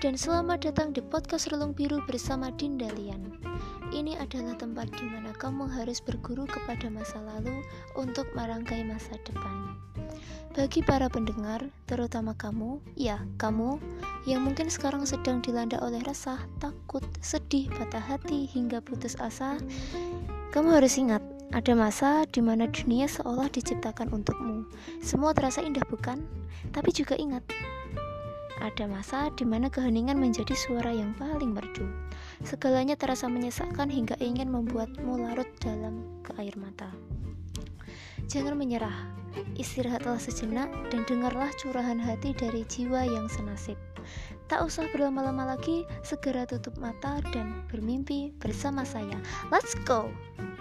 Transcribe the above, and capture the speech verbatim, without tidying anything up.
dan selamat datang di podcast Relung Biru bersama Dinda Lian. Ini adalah tempat di mana kamu harus berguru kepada masa lalu untuk merangkai masa depan. Bagi para pendengar, terutama kamu, ya kamu, yang mungkin sekarang sedang dilanda oleh resah, takut, sedih, patah hati, hingga putus asa, kamu harus ingat, ada masa di mana dunia seolah diciptakan untukmu. Semua terasa indah bukan? Tapi juga ingat, ada masa di mana keheningan menjadi suara yang paling merdu. Segalanya terasa menyesakkan hingga ingin membuatmu larut dalam ke air mata. Jangan menyerah, istirahatlah sejenak dan dengarlah curahan hati dari jiwa yang senasib. Tak usah berlama-lama lagi, segera tutup mata dan bermimpi bersama saya. Let's go!